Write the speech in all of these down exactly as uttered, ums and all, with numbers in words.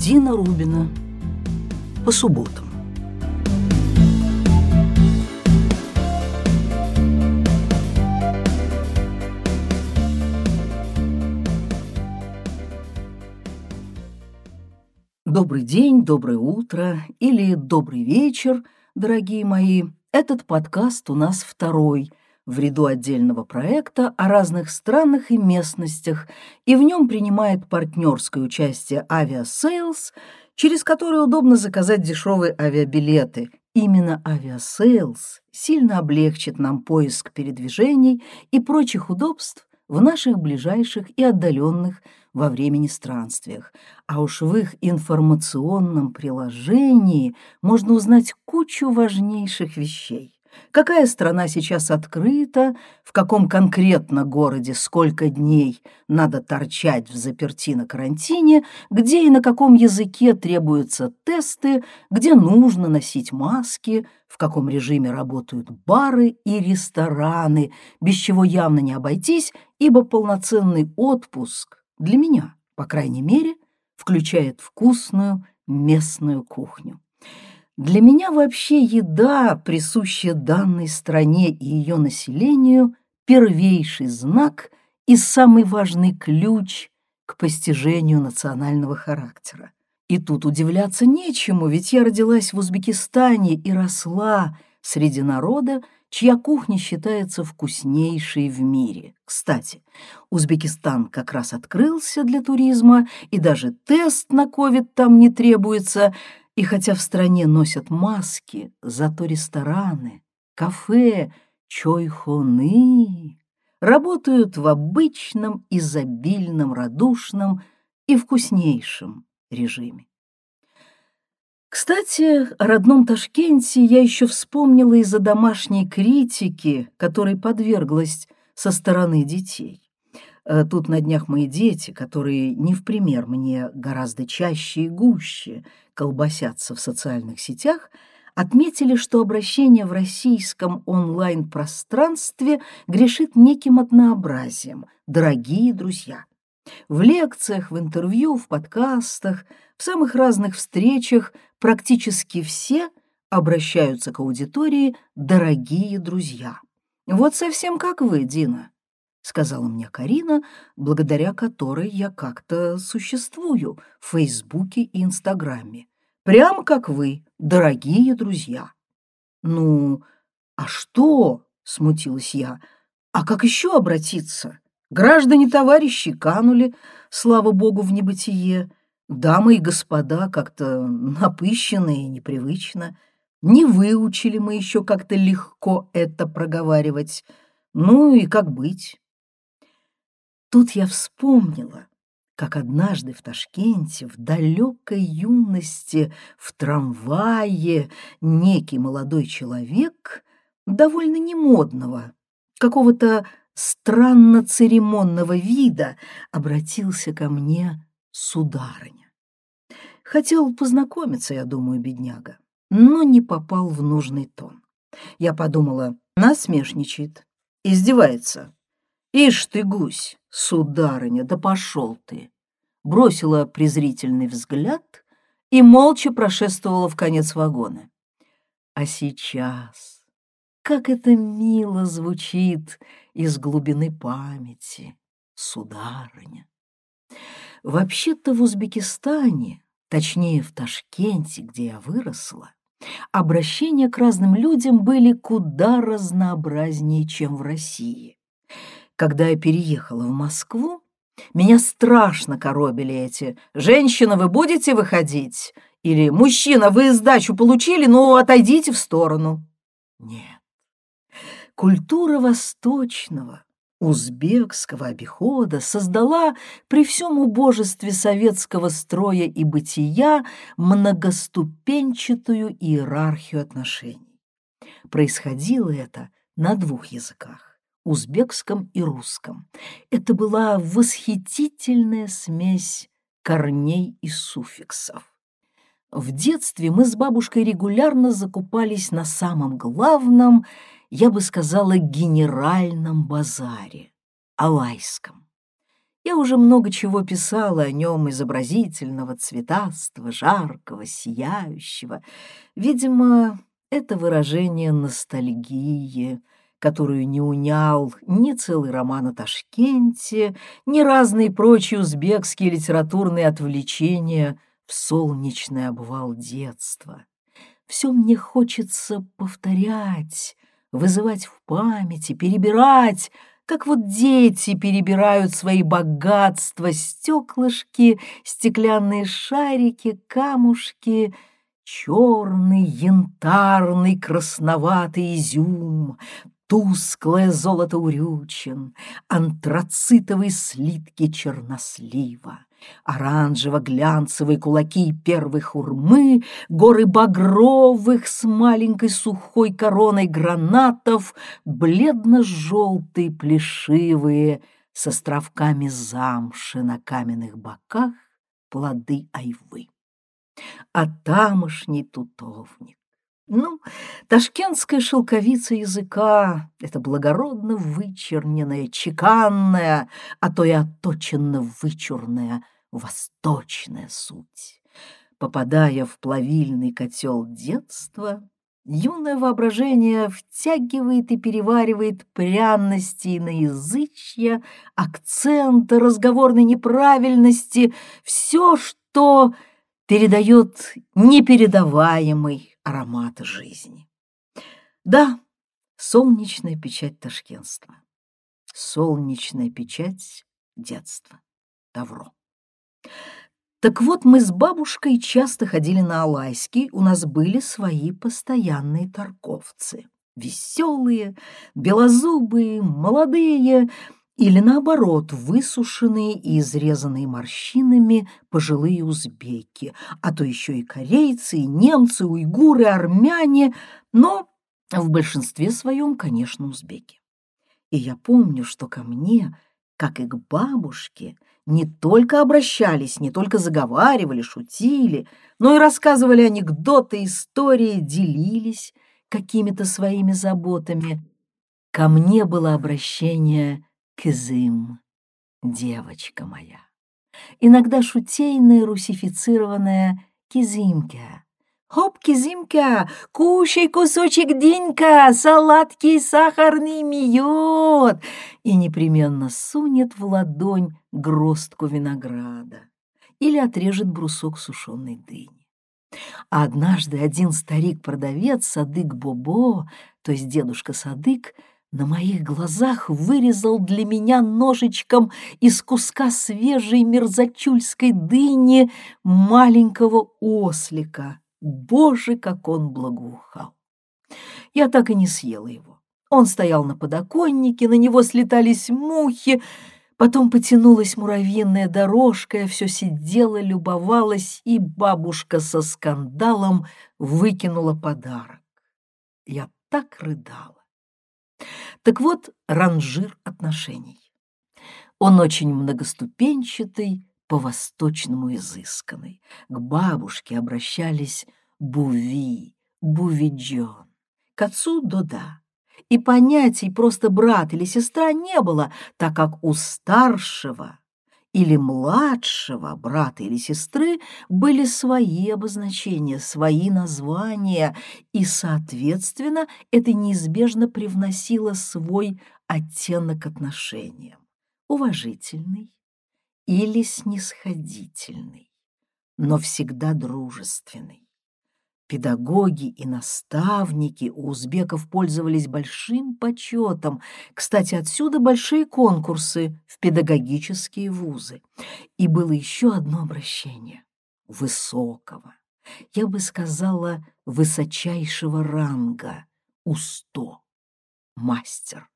Дина Рубина. По субботам. Добрый день, доброе утро или добрый вечер, дорогие мои. Этот подкаст у нас второй в ряду отдельного проекта о разных странах и местностях, и в нем принимает партнерское участие Aviasales, через который удобно заказать дешевые авиабилеты. Именно Aviasales сильно облегчит нам поиск передвижений и прочих удобств в наших ближайших и отдаленных во времени странствиях. А уж в их информационном приложении можно узнать кучу важнейших вещей. Какая страна сейчас открыта, в каком конкретно городе сколько дней надо торчать в заперти на карантине, где и на каком языке требуются тесты, где нужно носить маски, в каком режиме работают бары и рестораны, без чего явно не обойтись, ибо полноценный отпуск для меня, по крайней мере, включает вкусную местную кухню. Для меня вообще еда, присущая данной стране и ее населению, первейший знак и самый важный ключ к постижению национального характера. И тут удивляться нечему, ведь я родилась в Узбекистане и росла среди народа, чья кухня считается вкуснейшей в мире. Кстати, Узбекистан как раз открылся для туризма, и даже тест на ковид там не требуется. И хотя в стране носят маски, зато рестораны, кафе, чойхоны работают в обычном, изобильном, радушном и вкуснейшем режиме. Кстати, о родном Ташкенте я еще вспомнила из-за домашней критики, которой подверглась со стороны детей. Тут на днях мои дети, которые не в пример мне гораздо чаще и гуще колбасятся в социальных сетях, отметили, что обращение в российском онлайн-пространстве грешит неким однообразием. Дорогие друзья! В лекциях, в интервью, в подкастах, в самых разных встречах практически все обращаются к аудитории «дорогие друзья». Вот совсем как вы, Дина. — сказала мне Карина, благодаря которой я как-то существую в Фейсбуке и Инстаграме. Прямо как вы, дорогие друзья. Ну, а что? — смутилась я. А как еще обратиться? Граждане-товарищи канули, слава богу, в небытие. Дамы и господа как-то напыщенно и непривычно. Не выучили мы еще как-то легко это проговаривать. Ну и как быть? Тут я вспомнила, как однажды в Ташкенте, в далекой юности, в трамвае, некий молодой человек, довольно немодного, какого-то странно церемонного вида, обратился ко мне сударыня. Хотел познакомиться, я думаю, бедняга, но не попал в нужный тон. Я подумала, насмешничает, издевается. «Ишь ты, гусь, сударыня, да пошел ты!» Бросила презрительный взгляд и молча прошествовала в конец вагона. А сейчас, как это мило звучит из глубины памяти, сударыня! Вообще-то в Узбекистане, точнее в Ташкенте, где я выросла, обращения к разным людям были куда разнообразнее, чем в России. Когда я переехала в Москву, меня страшно коробили эти «Женщина, вы будете выходить?» или «Мужчина, вы сдачу получили, ну, отойдите в сторону». Нет. Культура восточного, узбекского обихода создала при всем убожестве советского строя и бытия многоступенчатую иерархию отношений. Происходило это на двух языках. Узбекском и русском. Это была восхитительная смесь корней и суффиксов. В детстве мы с бабушкой регулярно закупались на самом главном, я бы сказала, генеральном базаре — Алайском. Я уже много чего писала о нем, изобразительного, цветастого, жаркого, сияющего. Видимо, это выражение ностальгии, которую не унял ни целый роман о Ташкенте, ни разные прочие узбекские литературные отвлечения в солнечный обвал детства. Все мне хочется повторять, вызывать в памяти, перебирать, как вот дети перебирают свои богатства, стеклышки, стеклянные шарики, камушки, черный, янтарный, красноватый изюм, тусклое золото урючин, антрацитовые слитки чернослива, оранжево-глянцевые кулаки первой хурмы, горы багровых с маленькой сухой короной гранатов, бледно-желтые плешивые с островками замши на каменных боках плоды айвы. А тамошний тутовник. Ну, ташкентская шелковица языка — это благородно вычерненная, чеканная, а то и отточенно вычурная восточная суть. Попадая в плавильный котел детства, юное воображение втягивает и переваривает пряности и иноязычья, акценты, разговорной неправильности, все, что передает непередаваемый аромат жизни. Да, солнечная печать ташкентства, солнечная печать детства, Тавро. Так вот, мы с бабушкой часто ходили на Алайский, у нас были свои постоянные торговцы, веселые, белозубые, молодые, или, наоборот, высушенные и изрезанные морщинами пожилые узбеки, а то еще и корейцы, и немцы, уйгуры, армяне, но в большинстве своем, конечно, узбеки. И я помню, что ко мне, как и к бабушке, не только обращались, не только заговаривали, шутили, но и рассказывали анекдоты, истории, делились какими-то своими заботами. Ко мне было обращение «кызым», девочка моя. Иногда шутейное, русифицированное «кизимка». «Хоп, кизимка, кушай кусочек денька, сладкий сахарный мед!» И непременно сунет в ладонь гростку винограда или отрежет брусок сушеной дыни. А однажды один старик-продавец, Садык Бобо, то есть дедушка Садык, на моих глазах вырезал для меня ножичком из куска свежей мерзачульской дыни маленького ослика. Боже, как он благоухал! Я так и не съела его. Он стоял на подоконнике, на него слетались мухи, потом потянулась муравьиная дорожка, я все сидела, любовалась, и бабушка со скандалом выкинула подарок. Я так рыдала. Так вот, ранжир отношений. Он очень многоступенчатый, по-восточному изысканный. К бабушке обращались буви, бувиджон, к отцу дода. И понятий просто брат или сестра не было, так как у старшего или младшего брата или сестры были свои обозначения, свои названия, и, соответственно, это неизбежно привносило свой оттенок отношениям. Уважительный или снисходительный, но всегда дружественный. Педагоги и наставники у узбеков пользовались большим почетом. Кстати, отсюда большие конкурсы в педагогические вузы. И было еще одно обращение — высокого, я бы сказала, высочайшего ранга, усто, мастер,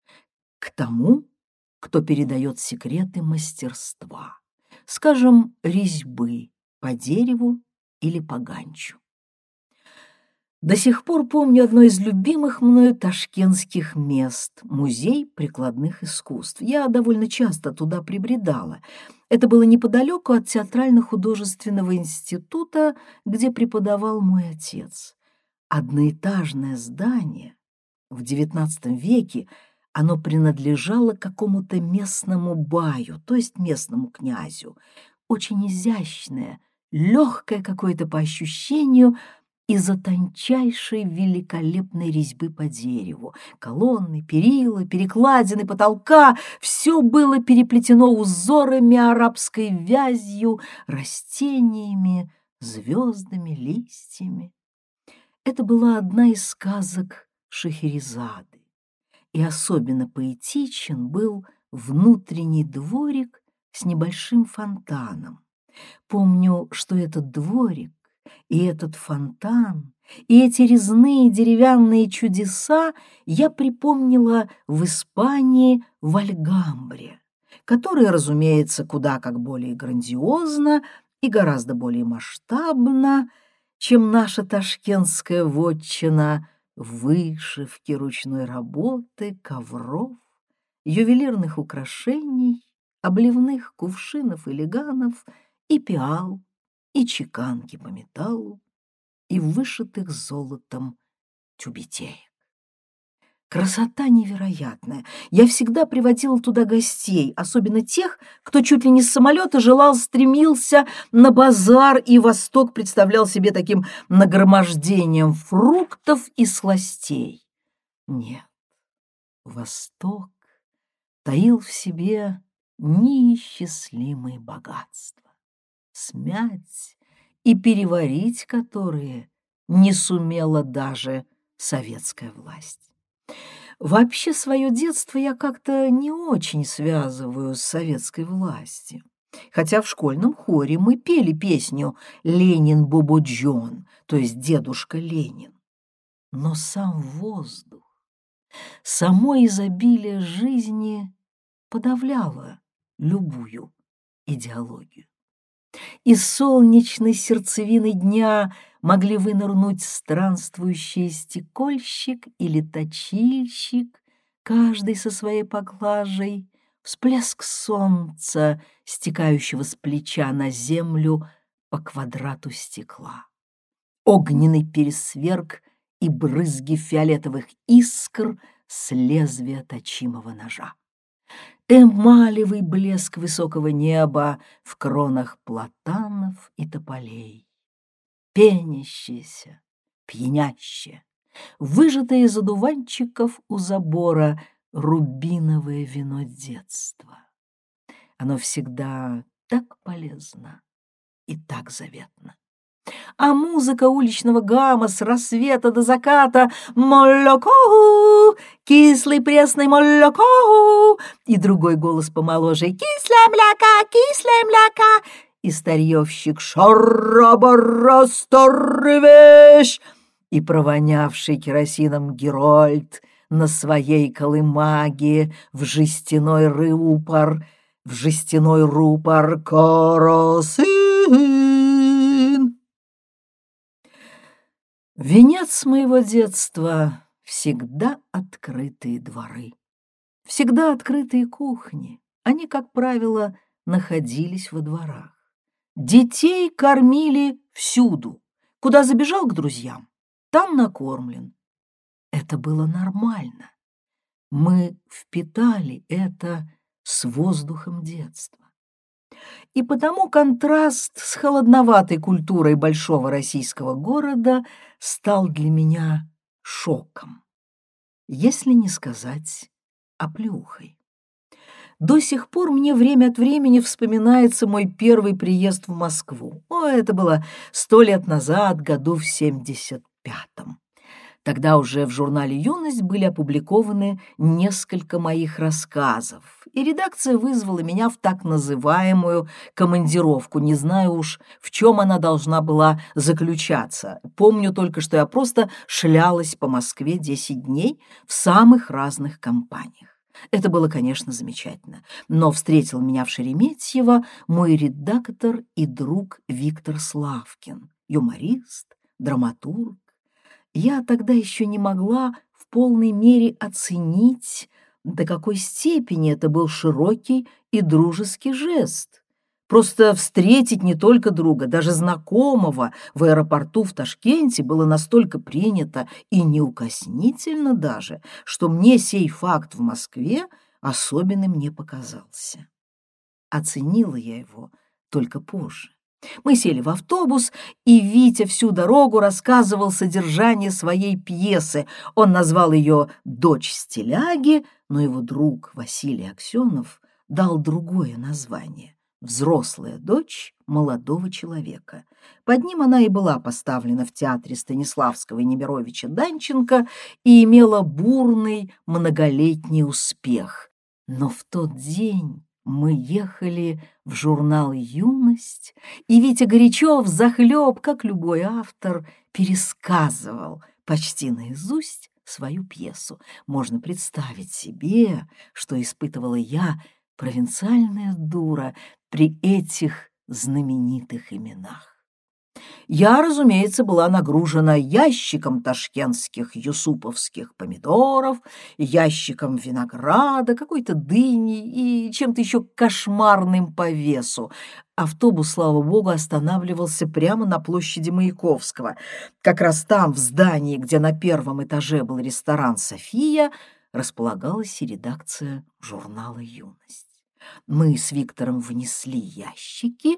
к тому, кто передает секреты мастерства, скажем, резьбы по дереву или по ганчу. До сих пор помню одно из любимых мною ташкентских мест — музей прикладных искусств. Я довольно часто туда прибредала. Это было неподалеку от театрально-художественного института, где преподавал мой отец. Одноэтажное здание в девятнадцатом веке, Оно принадлежало какому-то местному баю, то есть местному князю. Очень изящное, легкое какое-то по ощущению, из-за тончайшей великолепной резьбы по дереву. Колонны, перила, перекладины потолка — все было переплетено узорами, арабской вязью, растениями, звездами, листьями. Это была одна из сказок Шахерезады, и особенно поэтичен был внутренний дворик с небольшим фонтаном. Помню, что этот дворик и этот фонтан, и эти резные деревянные чудеса я припомнила в Испании, в Альгамбре, которая, разумеется, куда как более грандиозна и гораздо более масштабна, чем наша ташкентская вотчина, вышивки, ручной работы, ковров, ювелирных украшений, обливных кувшинов и леганов, и пиал, и чеканки по металлу, и вышитых золотом тюбетеек. Красота невероятная. Я всегда приводила туда гостей, особенно тех, кто чуть ли не с самолета желал, стремился на базар, и Восток представлял себе таким нагромождением фруктов и сластей. Нет, Восток таил в себе неисчислимые богатства, смять и переварить которые не сумела даже советская власть. Вообще, свое детство я как-то не очень связываю с советской властью, хотя в школьном хоре мы пели песню «Ленин Бободжон», то есть «Дедушка Ленин». Но сам воздух, само изобилие жизни подавляло любую идеологию. Из солнечной сердцевины дня могли вынырнуть странствующий стекольщик или точильщик, каждый со своей поклажей, всплеск солнца, стекающего с плеча на землю по квадрату стекла, огненный пересверк и брызги фиолетовых искр с лезвия точимого ножа, эмалевый блеск высокого неба в кронах платанов и тополей, пенящееся, пьянящее, выжатое из одуванчиков у забора рубиновое вино детства. Оно всегда так полезно и так заветно. А музыка уличного гамма с рассвета до заката «Молоко! Кислый пресный молоко!» И другой голос помоложе «Кислая мляка! Кислая мляка!» И старьевщик «Шарабара, старый вещь!» И провонявший керосином Герольд на своей колымаге в жестяной рупор, в жестяной рупор «Карасин!» Венец моего детства — всегда открытые дворы, всегда открытые кухни. Они, как правило, находились во дворах. Детей кормили всюду. Куда забежал к друзьям, там накормлен. Это было нормально. Мы впитали это с воздухом детства. И потому контраст с холодноватой культурой большого российского города стал для меня шоком, если не сказать оплеухой. До сих пор мне время от времени вспоминается мой первый приезд в Москву. О, это было сто лет назад, году в семьдесят пятом. Тогда уже в журнале «Юность» были опубликованы несколько моих рассказов, и редакция вызвала меня в так называемую командировку. Не знаю уж, в чем она должна была заключаться. Помню только, что я просто шлялась по Москве десять дней в самых разных компаниях. Это было, конечно, замечательно, но встретил меня в Шереметьево мой редактор и друг Виктор Славкин, юморист, драматург. Я тогда еще не могла в полной мере оценить, до какой степени это был широкий и дружеский жест. Просто встретить не только друга, даже знакомого в аэропорту в Ташкенте было настолько принято и неукоснительно даже, что мне сей факт в Москве особенным не показался. Оценила я его только позже. Мы сели в автобус, и Витя всю дорогу рассказывал содержание своей пьесы. Он назвал ее «Дочь стиляги», но его друг Василий Аксенов дал другое название «Взрослая дочь молодого человека». Под ним она и была поставлена в театре Станиславского и Немировича Данченко и имела бурный многолетний успех. Но в тот день мы ехали в журнал «Юность», и Витя горячо взахлеб, как любой автор, пересказывал почти наизусть свою пьесу. Можно представить себе, что испытывала я, провинциальная дура, при этих знаменитых именах. Я, разумеется, была нагружена ящиком ташкентских юсуповских помидоров, ящиком винограда, какой-то дыни и чем-то еще кошмарным по весу. Автобус, слава богу, останавливался прямо на площади Маяковского. Как раз там, в здании, где на первом этаже был ресторан «София», располагалась и редакция журнала «Юность». Мы с Виктором внесли ящики,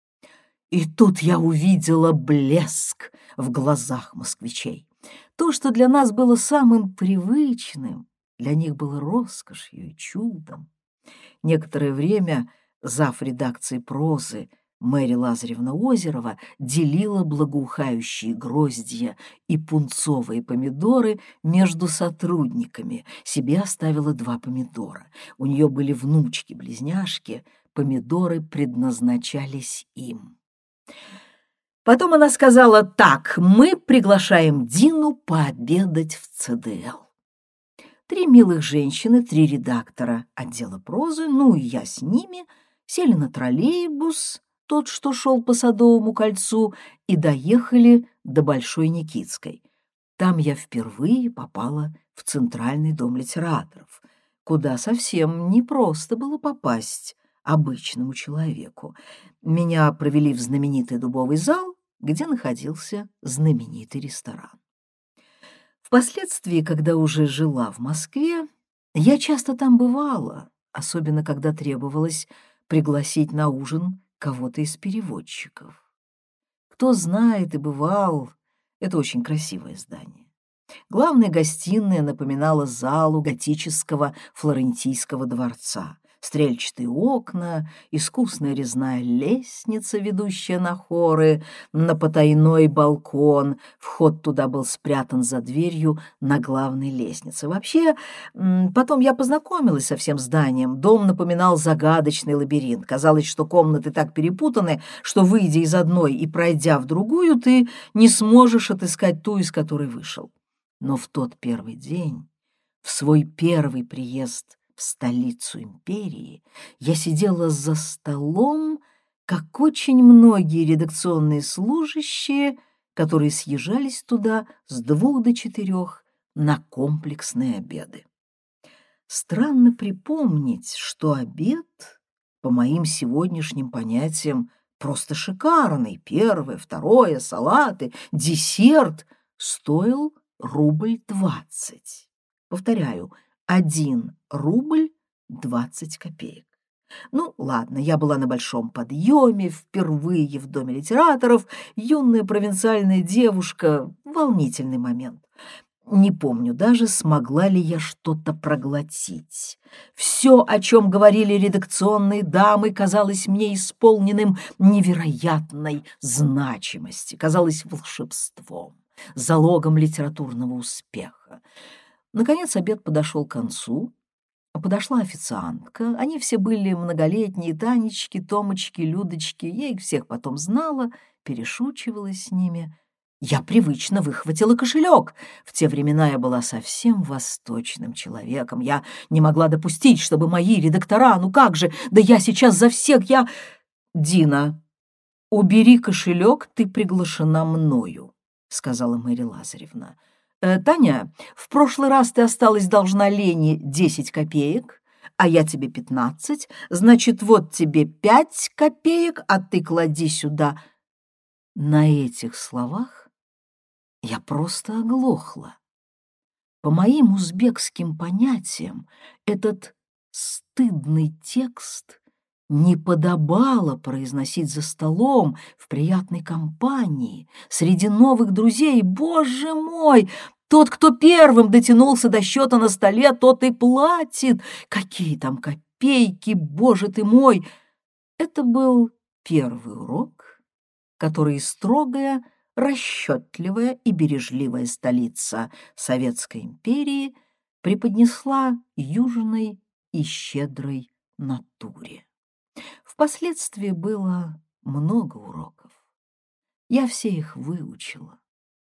и тут я увидела блеск в глазах москвичей. То, что для нас было самым привычным, для них было роскошью и чудом. Некоторое время зав. Редакции прозы Мэри Лазаревна Озерова делила благоухающие гроздья и пунцовые помидоры между сотрудниками. Себе оставила два помидора. У нее были внучки-близняшки, помидоры предназначались им. Потом она сказала: «Так, мы приглашаем Дину пообедать в ЦДЛ». Три милых женщины, три редактора отдела прозы, ну и я с ними, сели на троллейбус, тот, что шел по Садовому кольцу, и доехали до Большой Никитской. Там я впервые попала в Центральный дом литераторов, куда совсем непросто было попасть обычному человеку. Меня провели в знаменитый дубовый зал, где находился знаменитый ресторан. Впоследствии, когда уже жила в Москве, я часто там бывала, особенно когда требовалось пригласить на ужин кого-то из переводчиков. Кто знает и бывал, это очень красивое здание. Главная гостиная напоминала залу готического флорентийского дворца. Стрельчатые окна, искусная резная лестница, ведущая на хоры, на потайной балкон. Вход туда был спрятан за дверью на главной лестнице. Вообще, потом я познакомилась со всем зданием. Дом напоминал загадочный лабиринт. Казалось, что комнаты так перепутаны, что, выйдя из одной и пройдя в другую, ты не сможешь отыскать ту, из которой вышел. Но в тот первый день, в свой первый приезд в столицу империи, я сидела за столом, как очень многие редакционные служащие, которые съезжались туда с двух до четырех на комплексные обеды. Странно припомнить, что обед, по моим сегодняшним понятиям, просто шикарный. Первое, второе, салаты, десерт стоил рубль двадцать. Повторяю, один рубль двадцать копеек. Ну, ладно, я была на большом подъеме, впервые в Доме литераторов, юная провинциальная девушка, волнительный момент. Не помню даже, смогла ли я что-то проглотить. Все, о чем говорили редакционные дамы, казалось мне исполненным невероятной значимости, казалось волшебством, залогом литературного успеха. Наконец обед подошел к концу. Подошла официантка. Они все были многолетние: Танечки, Томочки, Людочки. Я их всех потом знала, перешучивалась с ними. Я привычно выхватила кошелек. В те времена я была совсем восточным человеком. Я не могла допустить, чтобы мои редактора... Ну как же, да я сейчас за всех, я... «Дина, убери кошелек, ты приглашена мною», — сказала Мэри Лазаревна. «Таня, в прошлый раз ты осталась должна Лене десять копеек, а я тебе пятнадцать, значит, вот тебе пять копеек, а ты клади сюда». На этих словах я просто оглохла. По моим узбекским понятиям, этот стыдный текст не подобало произносить за столом в приятной компании, среди новых друзей. Боже мой! Тот, кто первым дотянулся до счета на столе, тот и платит. Какие там копейки, боже ты мой! Это был первый урок, который строгая, расчетливая и бережливая столица Советской империи преподнесла южной и щедрой натуре. Впоследствии было много уроков. Я все их выучила.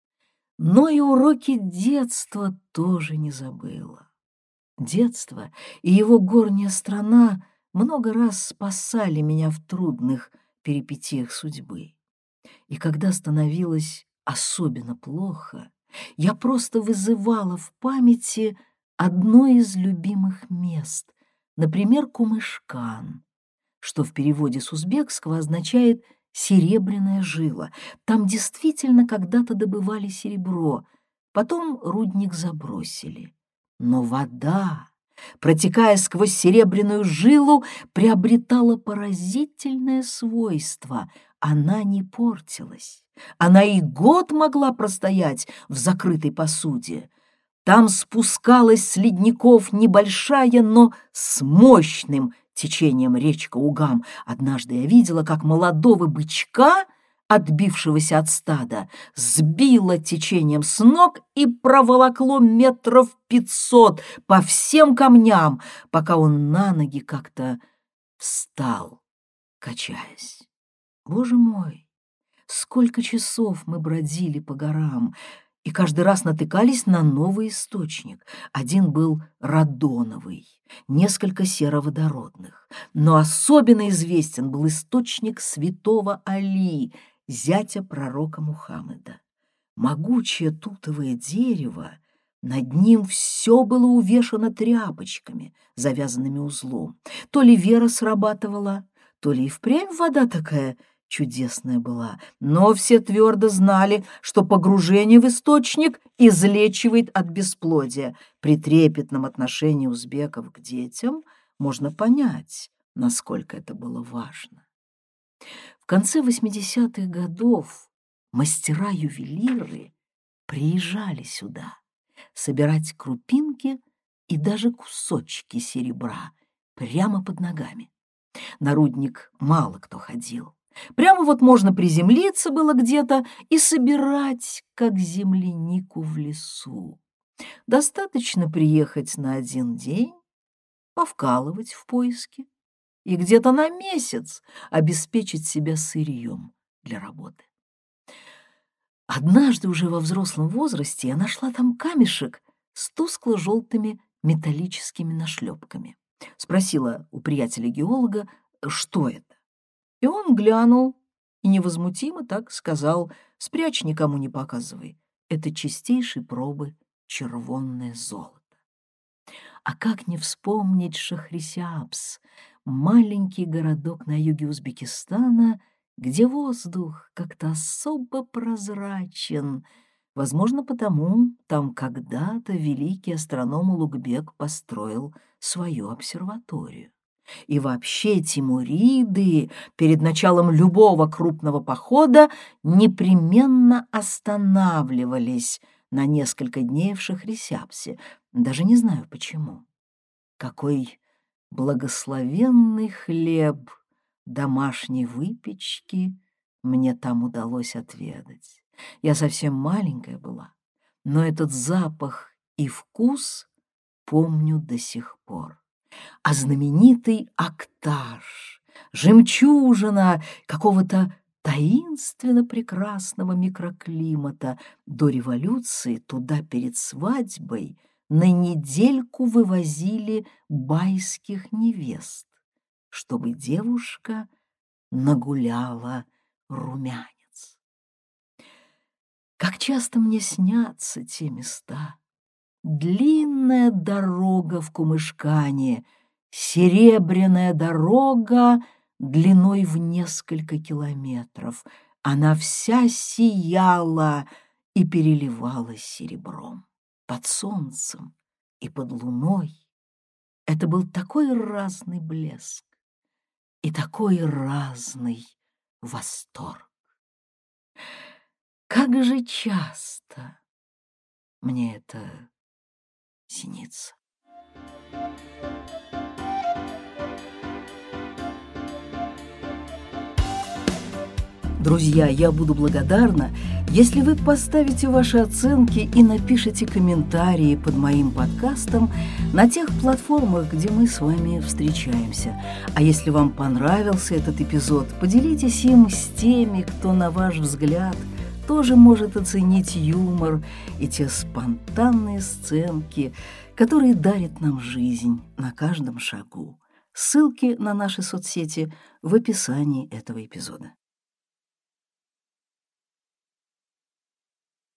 Но и уроки детства тоже не забыла. Детство и его горняя страна много раз спасали меня в трудных перипетиях судьбы. И когда становилось особенно плохо, я просто вызывала в памяти одно из любимых мест, например, Кумышкан, что в переводе с узбекского означает «серебряная жила». Там действительно когда-то добывали серебро, потом рудник забросили. Но вода, протекая сквозь серебряную жилу, приобретала поразительное свойство — она не портилась. Она и год могла простоять в закрытой посуде. Там спускалась с ледников небольшая, но с мощным течением речка Угам. Однажды я видела, как молодого бычка, отбившегося от стада, сбило течением с ног и проволокло метров пятьсот по всем камням, пока он на ноги как-то встал, качаясь. Боже мой, сколько часов мы бродили по горам и каждый раз натыкались на новый источник. Один был радоновый, несколько сероводородных, но особенно известен был источник святого Али, зятя пророка Мухаммеда. Могучее тутовое дерево, над ним все было увешано тряпочками, завязанными узлом. То ли вера срабатывала, то ли и впрямь вода такая чудесная была, но все твердо знали, что погружение в источник излечивает от бесплодия. При трепетном отношении узбеков к детям можно понять, насколько это было важно. В конце восьмидесятых годов мастера-ювелиры приезжали сюда собирать крупинки и даже кусочки серебра прямо под ногами. На рудник мало кто ходил. Прямо вот можно приземлиться было где-то и собирать, как землянику в лесу. Достаточно приехать на один день, повкалывать в поиске и где-то на месяц обеспечить себя сырьем для работы. Однажды уже во взрослом возрасте я нашла там камешек с тускло-желтыми металлическими нашлепками. Спросила у приятеля-геолога, что это. И он глянул и невозмутимо так сказал: «Спрячь, никому не показывай. Это чистейшей пробы червонное золото». А как не вспомнить Шахрисябз, маленький городок на юге Узбекистана, где воздух как-то особо прозрачен. Возможно, потому там когда-то великий астроном Улугбек построил свою обсерваторию. И вообще тимуриды перед началом любого крупного похода непременно останавливались на несколько дней в Шахрисябзе. Даже не знаю почему. Какой благословенный хлеб домашней выпечки мне там удалось отведать. Я совсем маленькая была, но этот запах и вкус помню до сих пор. А знаменитый Акташ, жемчужина какого-то таинственно прекрасного микроклимата, до революции туда перед свадьбой на недельку вывозили байских невест, чтобы девушка нагуляла румянец. Как часто мне снятся те места! Длинная дорога в Кумышкане серебряная дорога длиной в несколько километров. Она вся сияла и переливалась серебром под солнцем и под луной. Это был такой разный блеск и такой разный восторг. Как же часто мне это снится. Друзья, я буду благодарна, если вы поставите ваши оценки и напишите комментарии под моим подкастом на тех платформах, где мы с вами встречаемся. А если вам понравился этот эпизод, поделитесь им с теми, кто, на ваш взгляд, тоже может оценить юмор и те спонтанные сценки, которые дарят нам жизнь на каждом шагу. Ссылки на наши соцсети в описании этого эпизода.